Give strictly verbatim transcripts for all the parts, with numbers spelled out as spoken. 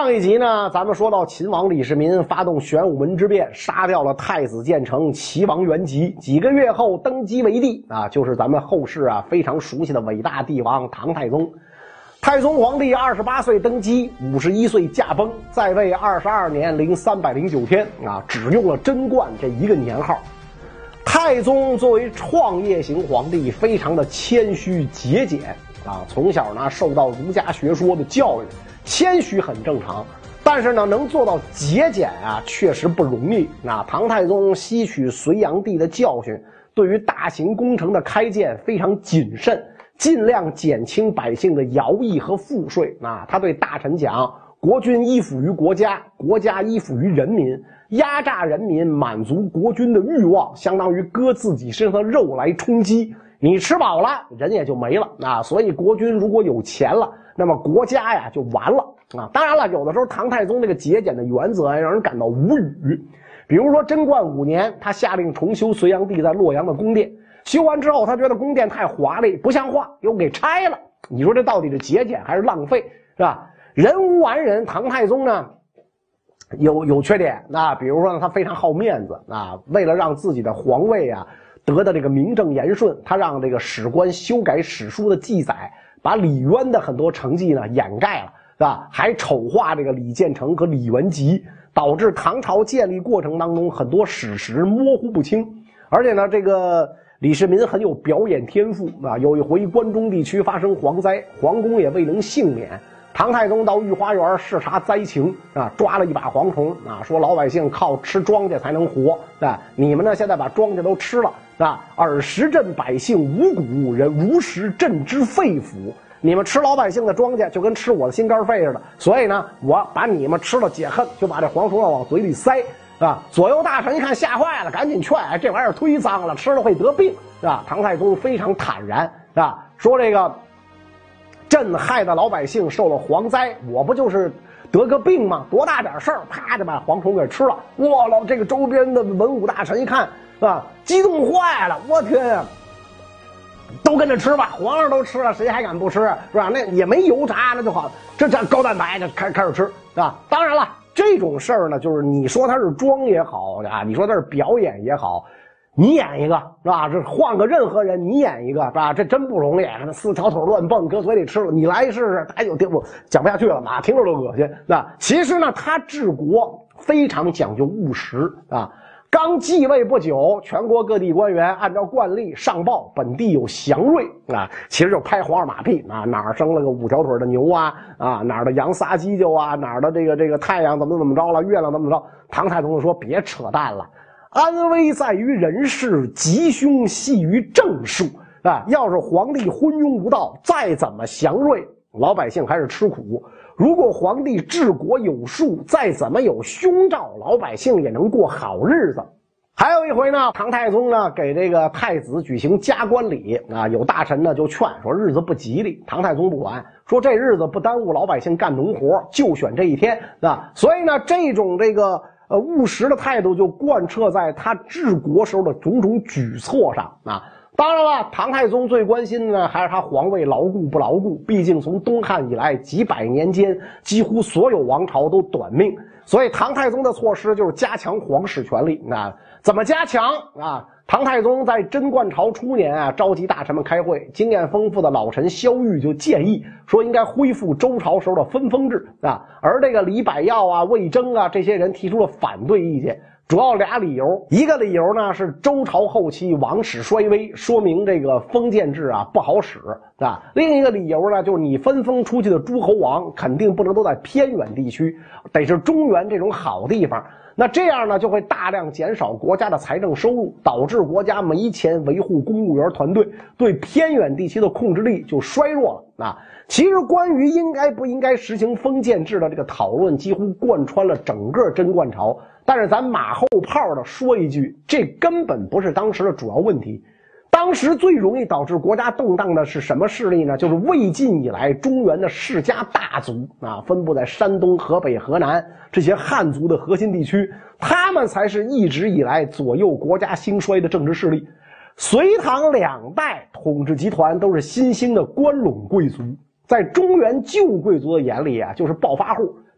上一集呢，咱们说到秦王李世民发动玄武门之变，杀掉了太子建成、齐王元吉，几个月后登基为帝啊，就是咱们后世啊非常熟悉的伟大帝王唐太宗。太宗皇帝二十八岁登基，五十一岁驾崩，在位二十二年零三百零九天啊，只用了贞观这一个年号。太宗作为创业型皇帝，非常的谦虚节俭啊，从小呢受到儒家学说的教育。谦虚很正常，但是呢，能做到节俭啊，确实不容易。那唐太宗吸取隋炀帝的教训，对于大型工程的开建非常谨慎，尽量减轻百姓的徭役和赋税。啊，他对大臣讲：国君依附于国家，国家依附于人民，压榨人民，满足国君的欲望，相当于割自己身上的肉来充饥。你吃饱了，人也就没了啊。所以国君如果有钱了，那么国家呀就完了啊！当然了，有的时候唐太宗这个节俭的原则让人感到无语。比如说贞观五年，他下令重修隋炀帝在洛阳的宫殿，修完之后，他觉得宫殿太华丽，不像话，又给拆了。你说这到底是节俭还是浪费，是吧？人无完人，唐太宗呢有有缺点啊，比如说呢，他非常好面子啊，为了让自己的皇位啊得的这个名正言顺，他让这个史官修改史书的记载。把李渊的很多成绩呢掩盖了，是吧？还丑化这个李建成和李元吉，导致唐朝建立过程当中很多史实模糊不清。而且呢，这个李世民很有表演天赋啊。有一回关中地区发生蝗灾，皇宫也未能幸免。唐太宗到御花园视察灾情啊，抓了一把蝗虫啊，说老百姓靠吃庄稼才能活啊，你们呢现在把庄稼都吃了啊，尔时朕百姓五谷人，如食朕之肺腑。你们吃老百姓的庄稼就跟吃我的心肝肺似的，所以呢，我把你们吃了解恨，就把这蝗虫要往嘴里塞啊。左右大臣一看吓坏了，赶紧劝，哎，这玩意儿忒脏了，吃了会得病啊。唐太宗非常坦然啊，说这个。朕害得老百姓受了蝗灾，我不就是得个病吗？多大点事儿，啪就把蝗虫给吃了。哇老这个周边的文武大臣一看啊，激动坏了，我天呀！都跟着吃吧，皇上都吃了，谁还敢不吃？是吧？那也没油炸，那就好。这这高蛋白就开开始吃，是吧？当然了，这种事儿呢，就是你说它是装也好啊，你说它是表演也好。你演一个是吧？这换个任何人，你演一个是吧？这真不容易。四条腿乱蹦，搁嘴里吃了，你来试试。哎呦，我讲不下去了嘛，听着都恶心。那其实呢，他治国非常讲究务实啊。刚继位不久，全国各地官员按照惯例上报本地有祥瑞啊，其实就拍皇上马屁啊，哪儿生了个五条腿的牛啊啊，哪儿的羊撒犄角啊，哪儿的这个这个太阳怎么怎么着了，月亮怎么着。唐太宗就说别扯淡了。安危在于人事，吉凶系于政术啊！要是皇帝昏庸无道，再怎么祥瑞，老百姓还是吃苦；如果皇帝治国有术，再怎么有凶兆，老百姓也能过好日子。还有一回呢，唐太宗呢给这个太子举行加冠礼啊，有大臣呢就劝说日子不吉利，唐太宗不管，说这日子不耽误老百姓干农活，就选这一天啊。所以呢，这种这个。呃，务实的态度就贯彻在他治国时候的种种举措上啊。当然了，唐太宗最关心的呢还是他皇位牢固不牢固。毕竟从东汉以来几百年间，几乎所有王朝都短命，所以唐太宗的措施就是加强皇室权力。那怎么加强啊？唐太宗在贞观朝初年啊，召集大臣们开会，经验丰富的老臣萧玉就建议说，应该恢复周朝时候的分封制啊。而这个李百药啊、魏征啊这些人提出了反对意见，主要俩理由。一个理由呢是周朝后期王室衰微，说明这个封建制啊不好使啊。另一个理由呢，就是你分封出去的诸侯王肯定不能都在偏远地区，得是中原这种好地方。那这样呢，就会大量减少国家的财政收入，导致国家没钱维护公务员团队，对偏远地区的控制力就衰弱了啊。其实关于应该不应该实行封建制的这个讨论，几乎贯穿了整个贞观朝。但是咱马后炮的说一句，这根本不是当时的主要问题。当时最容易导致国家动荡的是什么势力呢？就是魏晋以来中原的世家大族啊，分布在山东、河北、河南这些汉族的核心地区，他们才是一直以来左右国家兴衰的政治势力。隋唐两代统治集团都是新兴的关陇贵族，在中原旧贵族的眼里啊，就是暴发户，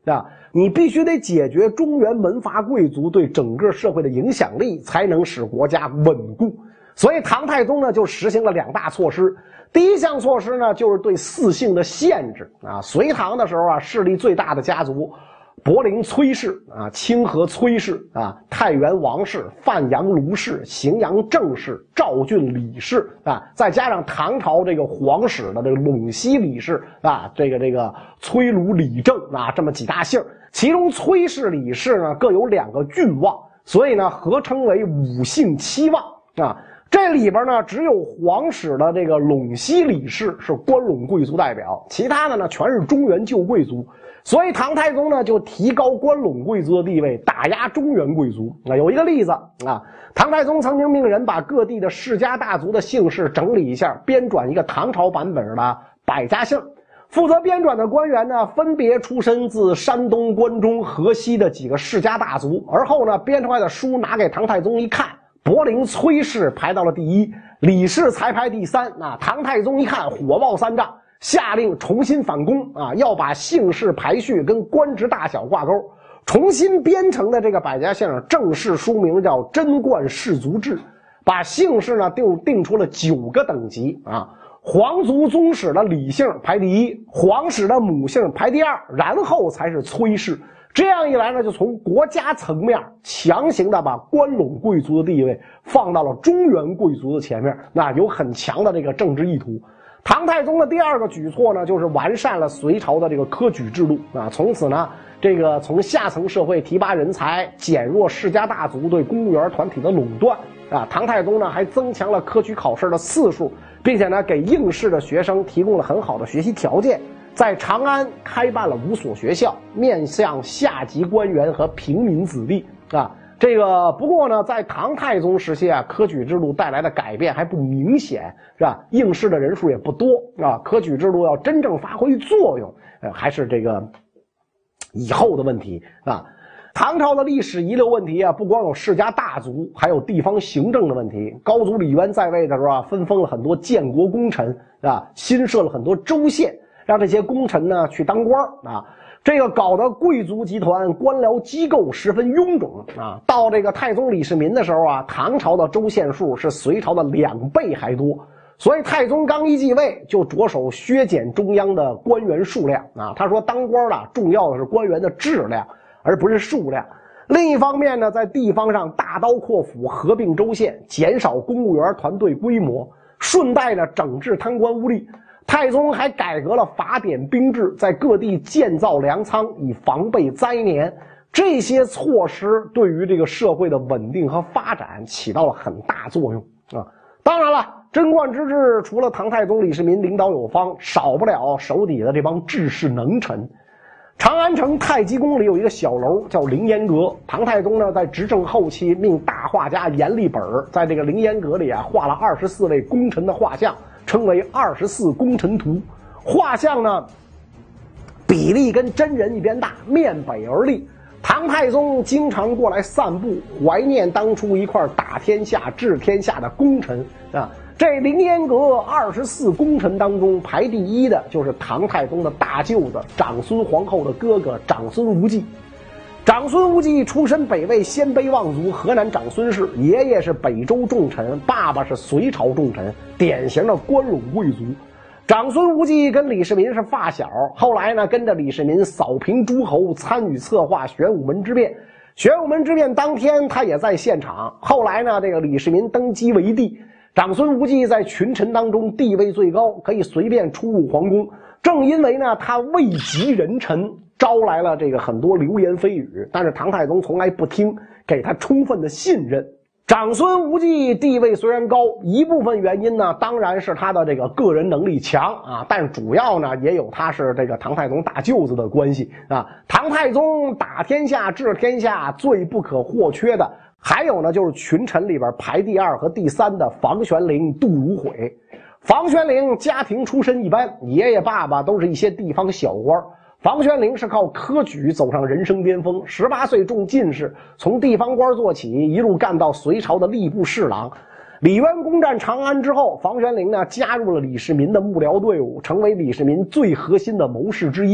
啊，你必须得解决中原门阀贵族对整个社会的影响力，才能使国家稳固。所以唐太宗呢就实行了两大措施。第一项措施呢就是对嗣姓的限制啊。隋唐的时候啊，势力最大的家族柏林崔氏啊、清河崔氏啊、太原王氏、范阳卢氏、荥阳郑氏、赵郡李氏啊，再加上唐朝这个皇室的这个陇西李氏啊，这个这个崔卢李郑啊，这么几大姓，其中崔氏李氏呢各有两个郡望，所以呢合称为五姓七望啊。这里边呢只有皇室的这个陇西李氏是关陇贵族代表，其他的呢全是中原旧贵族。所以唐太宗呢就提高关陇贵族的地位，打压中原贵族。啊，有一个例子啊，唐太宗曾经命人把各地的世家大族的姓氏整理一下，编纂一个唐朝版本的百家姓。负责编纂的官员呢，分别出身自山东、关中、河西的几个世家大族。而后呢，编出来的书拿给唐太宗一看，柏林崔氏排到了第一，李氏才排第三。啊，唐太宗一看火冒三丈，下令重新反攻啊，要把姓氏排序跟官职大小挂钩。重新编成的这个百家姓正式书名叫《贞观氏族志》，把姓氏呢定定出了九个等级啊。皇族宗室的李姓排第一，皇室的母姓排第二，然后才是崔氏。这样一来呢，就从国家层面强行的把关陇贵族的地位放到了中原贵族的前面，那有很强的这个政治意图。唐太宗的第二个举措呢，就是完善了隋朝的这个科举制度啊，从此呢，这个从下层社会提拔人才，减弱世家大族对公务员团体的垄断啊。唐太宗呢还增强了科举考试的次数，并且呢给应试的学生提供了很好的学习条件。在长安开办了五所学校，面向下级官员和平民子弟啊。这个不过呢，在唐太宗时期啊，科举制度带来的改变还不明显，是吧？应试的人数也不多啊。科举制度要真正发挥作用，呃，还是这个以后的问题啊。唐朝的历史遗留问题啊，不光有世家大族，还有地方行政的问题。高祖李渊在位的时候啊，分封了很多建国功臣啊，新设了很多州县，让这些功臣呢去当官啊。这个搞得贵族集团官僚机构十分臃肿啊。到这个太宗李世民的时候啊，唐朝的州县数是隋朝的两倍还多。所以太宗刚一继位就着手削减中央的官员数量啊。他说当官的重要的是官员的质量，而不是数量。另一方面呢，在地方上大刀阔斧合并州县，减少公务员团队规模，顺带着整治贪官污吏。太宗还改革了法典兵制，在各地建造粮仓以防备灾年。这些措施对于这个社会的稳定和发展起到了很大作用啊。当然了，贞观之治除了唐太宗李世民领导有方，少不了手底的这帮治世能臣。长安城太极宫里有一个小楼叫凌烟阁，唐太宗呢在执政后期命大画家阎立本在这个凌烟阁里啊画了二十四位功臣的画像，称为二十四功臣图。画像呢比例跟真人一边大，面北而立。唐太宗经常过来散步，怀念当初一块打天下治天下的功臣啊。这凌烟阁二十四功臣当中排第一的就是唐太宗的大舅子长孙皇后的哥哥长孙无忌。长孙无忌出身北魏鲜卑望族河南长孙氏，爷爷是北周重臣，爸爸是隋朝重臣，典型的关陇贵族。长孙无忌跟李世民是发小，后来呢跟着李世民扫平诸侯，参与策划玄武门之变。玄武门之变当天他也在现场。后来呢这个李世民登基为帝，长孙无忌在群臣当中地位最高，可以随便出入皇宫。正因为呢他位极人臣，招来了这个很多流言蜚语，但是唐太宗从来不听，给他充分的信任。长孙无忌地位虽然高，一部分原因呢当然是他的这个个人能力强啊，但主要呢也有他是这个唐太宗大舅子的关系啊。唐太宗打天下治天下最不可或缺的还有呢就是群臣里边排第二和第三的房玄龄、杜如晦。房玄龄家庭出身一般，爷爷爸爸都是一些地方小官。房玄龄是靠科举走上人生巅峰，十八岁中进士，从地方官做起，一路干到隋朝的吏部侍郎。李渊攻占长安之后，房玄龄呢加入了李世民的幕僚队伍，成为李世民最核心的谋士之一。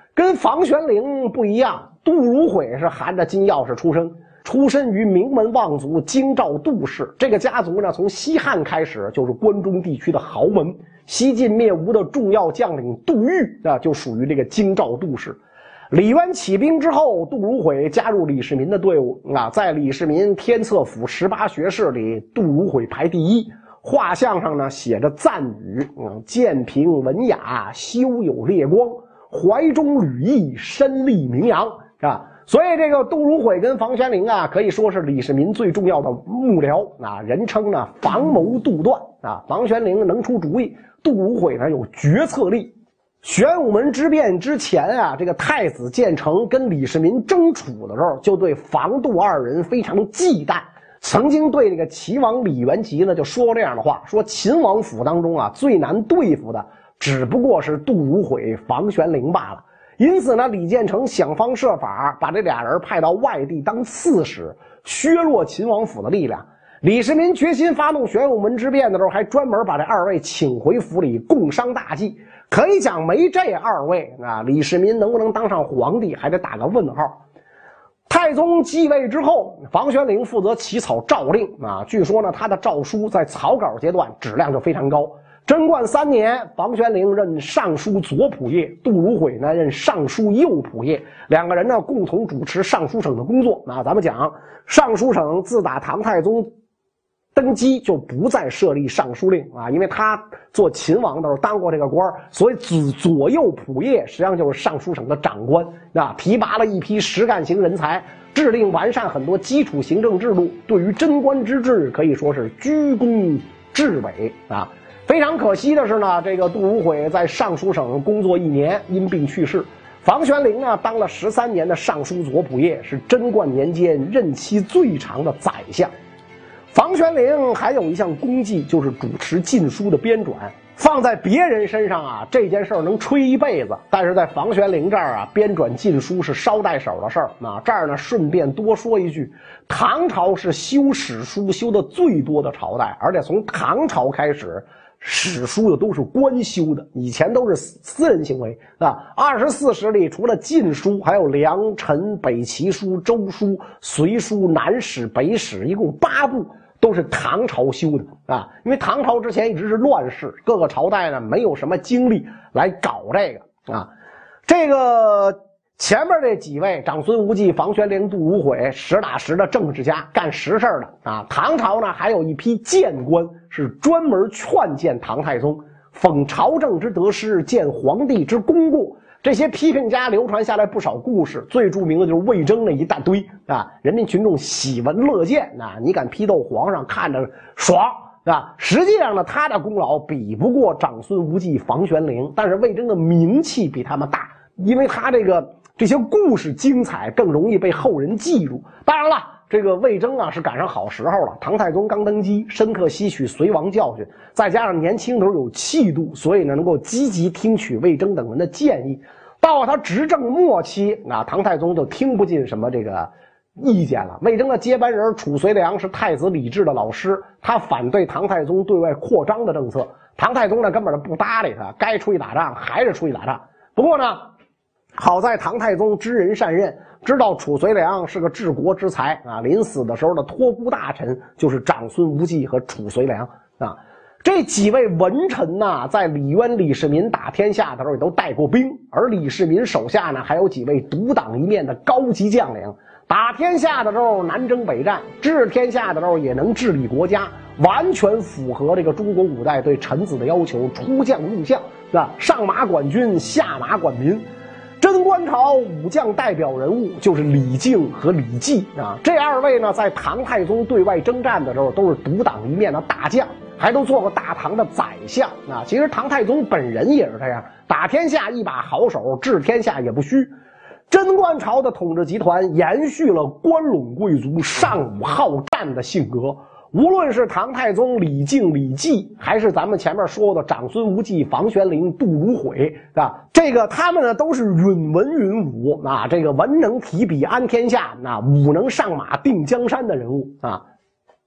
跟房玄龄不一样，杜如晦是含着金钥匙出生，出身于名门望族京兆杜氏。这个家族呢，从西汉开始就是关中地区的豪门。西晋灭吴的重要将领杜预啊，就属于这个京兆杜氏。李渊起兵之后，杜如晦加入李世民的队伍啊，在李世民天策府十八学士里，杜如晦排第一。画像上呢写着赞语，嗯，健平文雅，修有烈光，怀中履意，身立名扬啊。所以这个杜如晦跟房玄龄啊，可以说是李世民最重要的幕僚啊，人称呢房谋杜断啊。房玄龄能出主意，杜如晦呢有决策力。玄武门之变之前啊，这个太子建成跟李世民争处的时候，就对房杜二人非常忌惮，曾经对这个齐王李元吉呢就说过这样的话，说秦王府当中啊最难对付的只不过是杜如晦、房玄龄罢了。因此呢，李建成想方设法把这俩人派到外地当刺史，削弱秦王府的力量。李世民决心发动玄武门之变的时候，还专门把这二位请回府里共商大计。可以讲，没这二位啊，李世民能不能当上皇帝还得打个问号。太宗继位之后，房玄龄负责起草诏令啊，据说呢，他的诏书在草稿阶段质量就非常高。贞观三年，房玄龄任尚书左仆射，杜如晦呢任尚书右仆射，两个人呢共同主持尚书省的工作。啊，咱们讲尚书省自打唐太宗登基就不再设立尚书令啊，因为他做秦王的时候当过这个官，所以左左右仆射实际上就是尚书省的长官啊，提拔了一批实干型人才，制定完善很多基础行政制度，对于贞观之治可以说是居功至伟啊。非常可惜的是呢，这个杜如晦在尚书省工作一年，因病去世。房玄龄呢，当了十三年的尚书左仆射，是贞观年间任期最长的宰相。房玄龄还有一项功绩，就是主持禁书的编纂。放在别人身上啊，这件事儿能吹一辈子，但是在房玄龄这儿啊，编纂禁书是捎带手的事儿啊。这儿呢，顺便多说一句，唐朝是修史书修的最多的朝代，而且从唐朝开始，史书的都是官修的，以前都是私人行为啊。二十四史里除了晋书，还有梁、陈、北齐书、周书、隋书、南史、北史，一共八部。都是唐朝修的啊，因为唐朝之前一直是乱世，各个朝代呢没有什么精力来搞这个啊。这个前面这几位长孙无忌、房玄龄、杜如晦，实打实的政治家，干实事的啊。唐朝呢还有一批谏官，是专门劝谏唐太宗，讽朝政之得失，见皇帝之功过。这些批评家流传下来不少故事，最著名的就是魏征那一大堆啊，人民群众喜闻乐见啊，你敢批斗皇上，看着爽啊。实际上呢，他的功劳比不过长孙无忌、房玄龄，但是魏征的名气比他们大，因为他这个这些故事精彩，更容易被后人记住。当然了，这个魏征啊是赶上好时候了，唐太宗刚登基，深刻吸取隋王教训，再加上年轻的时候有气度，所以呢能够积极听取魏征等人的建议。到了他执政末期，那唐太宗就听不进什么这个意见了。魏征的接班人褚遂良是太子李治的老师，他反对唐太宗对外扩张的政策，唐太宗呢根本就不搭理他，该出去打仗还是出去打仗。不过呢，好在唐太宗知人善任，知道褚遂良是个治国之才啊，临死的时候的托孤大臣就是长孙无忌和褚遂良啊。这几位文臣呐，在李渊、李世民打天下的时候也都带过兵，而李世民手下呢还有几位独当一面的高级将领，打天下的时候南征北战，治天下的时候也能治理国家，完全符合这个中国古代对臣子的要求，出将入相，是吧？上马管军，下马管民。贞观朝武将代表人物就是李靖和李绩啊，这二位呢，在唐太宗对外征战的时候都是独当一面的大将，还都做过大唐的宰相啊。其实唐太宗本人也是这样，打天下一把好手，治天下也不虚。贞观朝的统治集团延续了关陇贵族尚武好战的性格。无论是唐太宗李靖、李绩，还是咱们前面说的长孙无忌、房玄龄、杜如晦啊，这个他们呢都是允文允武啊，这个文能提笔安天下，那武能上马定江山的人物啊。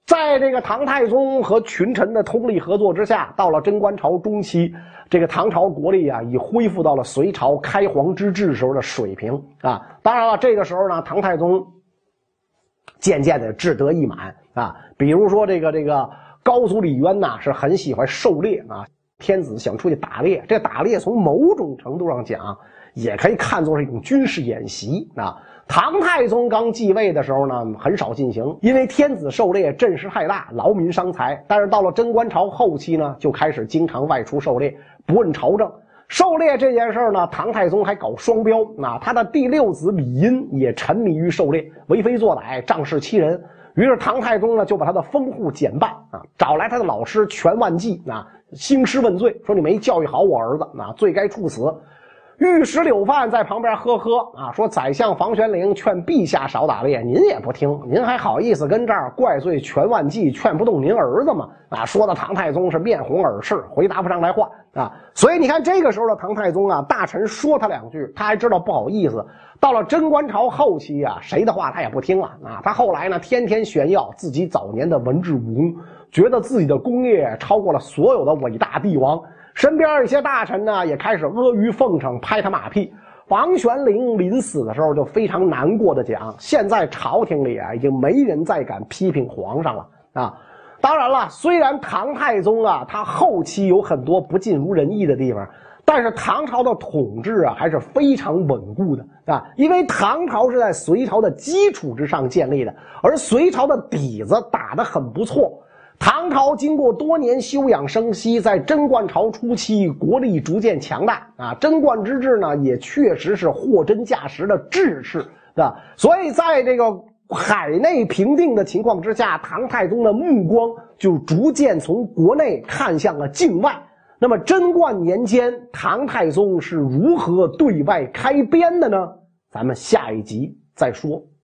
在这个唐太宗和群臣的通力合作之下，到了贞观朝中期，这个唐朝国力啊，已恢复到了隋朝开皇之治时候的水平啊。当然了，这个时候呢，唐太宗渐渐的志得意满啊。比如说这个这个高祖李渊呐，是很喜欢狩猎啊。天子想出去打猎，这打猎从某种程度上讲，也可以看作是一种军事演习啊。唐太宗刚继位的时候呢，很少进行，因为天子狩猎阵势太大，劳民伤财。但是到了贞观朝后期呢，就开始经常外出狩猎，不问朝政。狩猎这件事呢，唐太宗还搞双标啊，他的第六子李殷也沉迷于狩猎，为非作歹，仗势欺人。于是唐太宗呢，就把他的封户减半啊，找来他的老师全万计啊，兴师问罪，说你没教育好我儿子啊，罪该处死。御史柳范在旁边呵呵啊，说宰相房玄龄劝陛下少打猎，您也不听，您还好意思跟这儿怪罪全万计劝不动您儿子吗？啊，说的唐太宗是面红耳赤，回答不上来话啊。所以你看这个时候的唐太宗啊，大臣说他两句，他还知道不好意思。到了贞观朝后期啊，谁的话他也不听了啊。他后来呢，天天炫耀自己早年的文治武功，觉得自己的功业超过了所有的伟大帝王。身边一些大臣呢，也开始阿谀奉承，拍他马屁。房玄龄临死的时候就非常难过的讲，现在朝廷里啊，已经没人再敢批评皇上了啊。当然了，虽然唐太宗啊，他后期有很多不尽如人意的地方，但是唐朝的统治啊，还是非常稳固的啊。因为唐朝是在隋朝的基础之上建立的，而隋朝的底子打得很不错。唐朝经过多年休养生息，在贞观朝初期国力逐渐强大啊。贞观之治呢，也确实是货真价实的治世，对吧？所以在这个海内平定的情况之下，唐太宗的目光就逐渐从国内看向了境外。那么贞观年间，唐太宗是如何对外开边的呢？咱们下一集再说。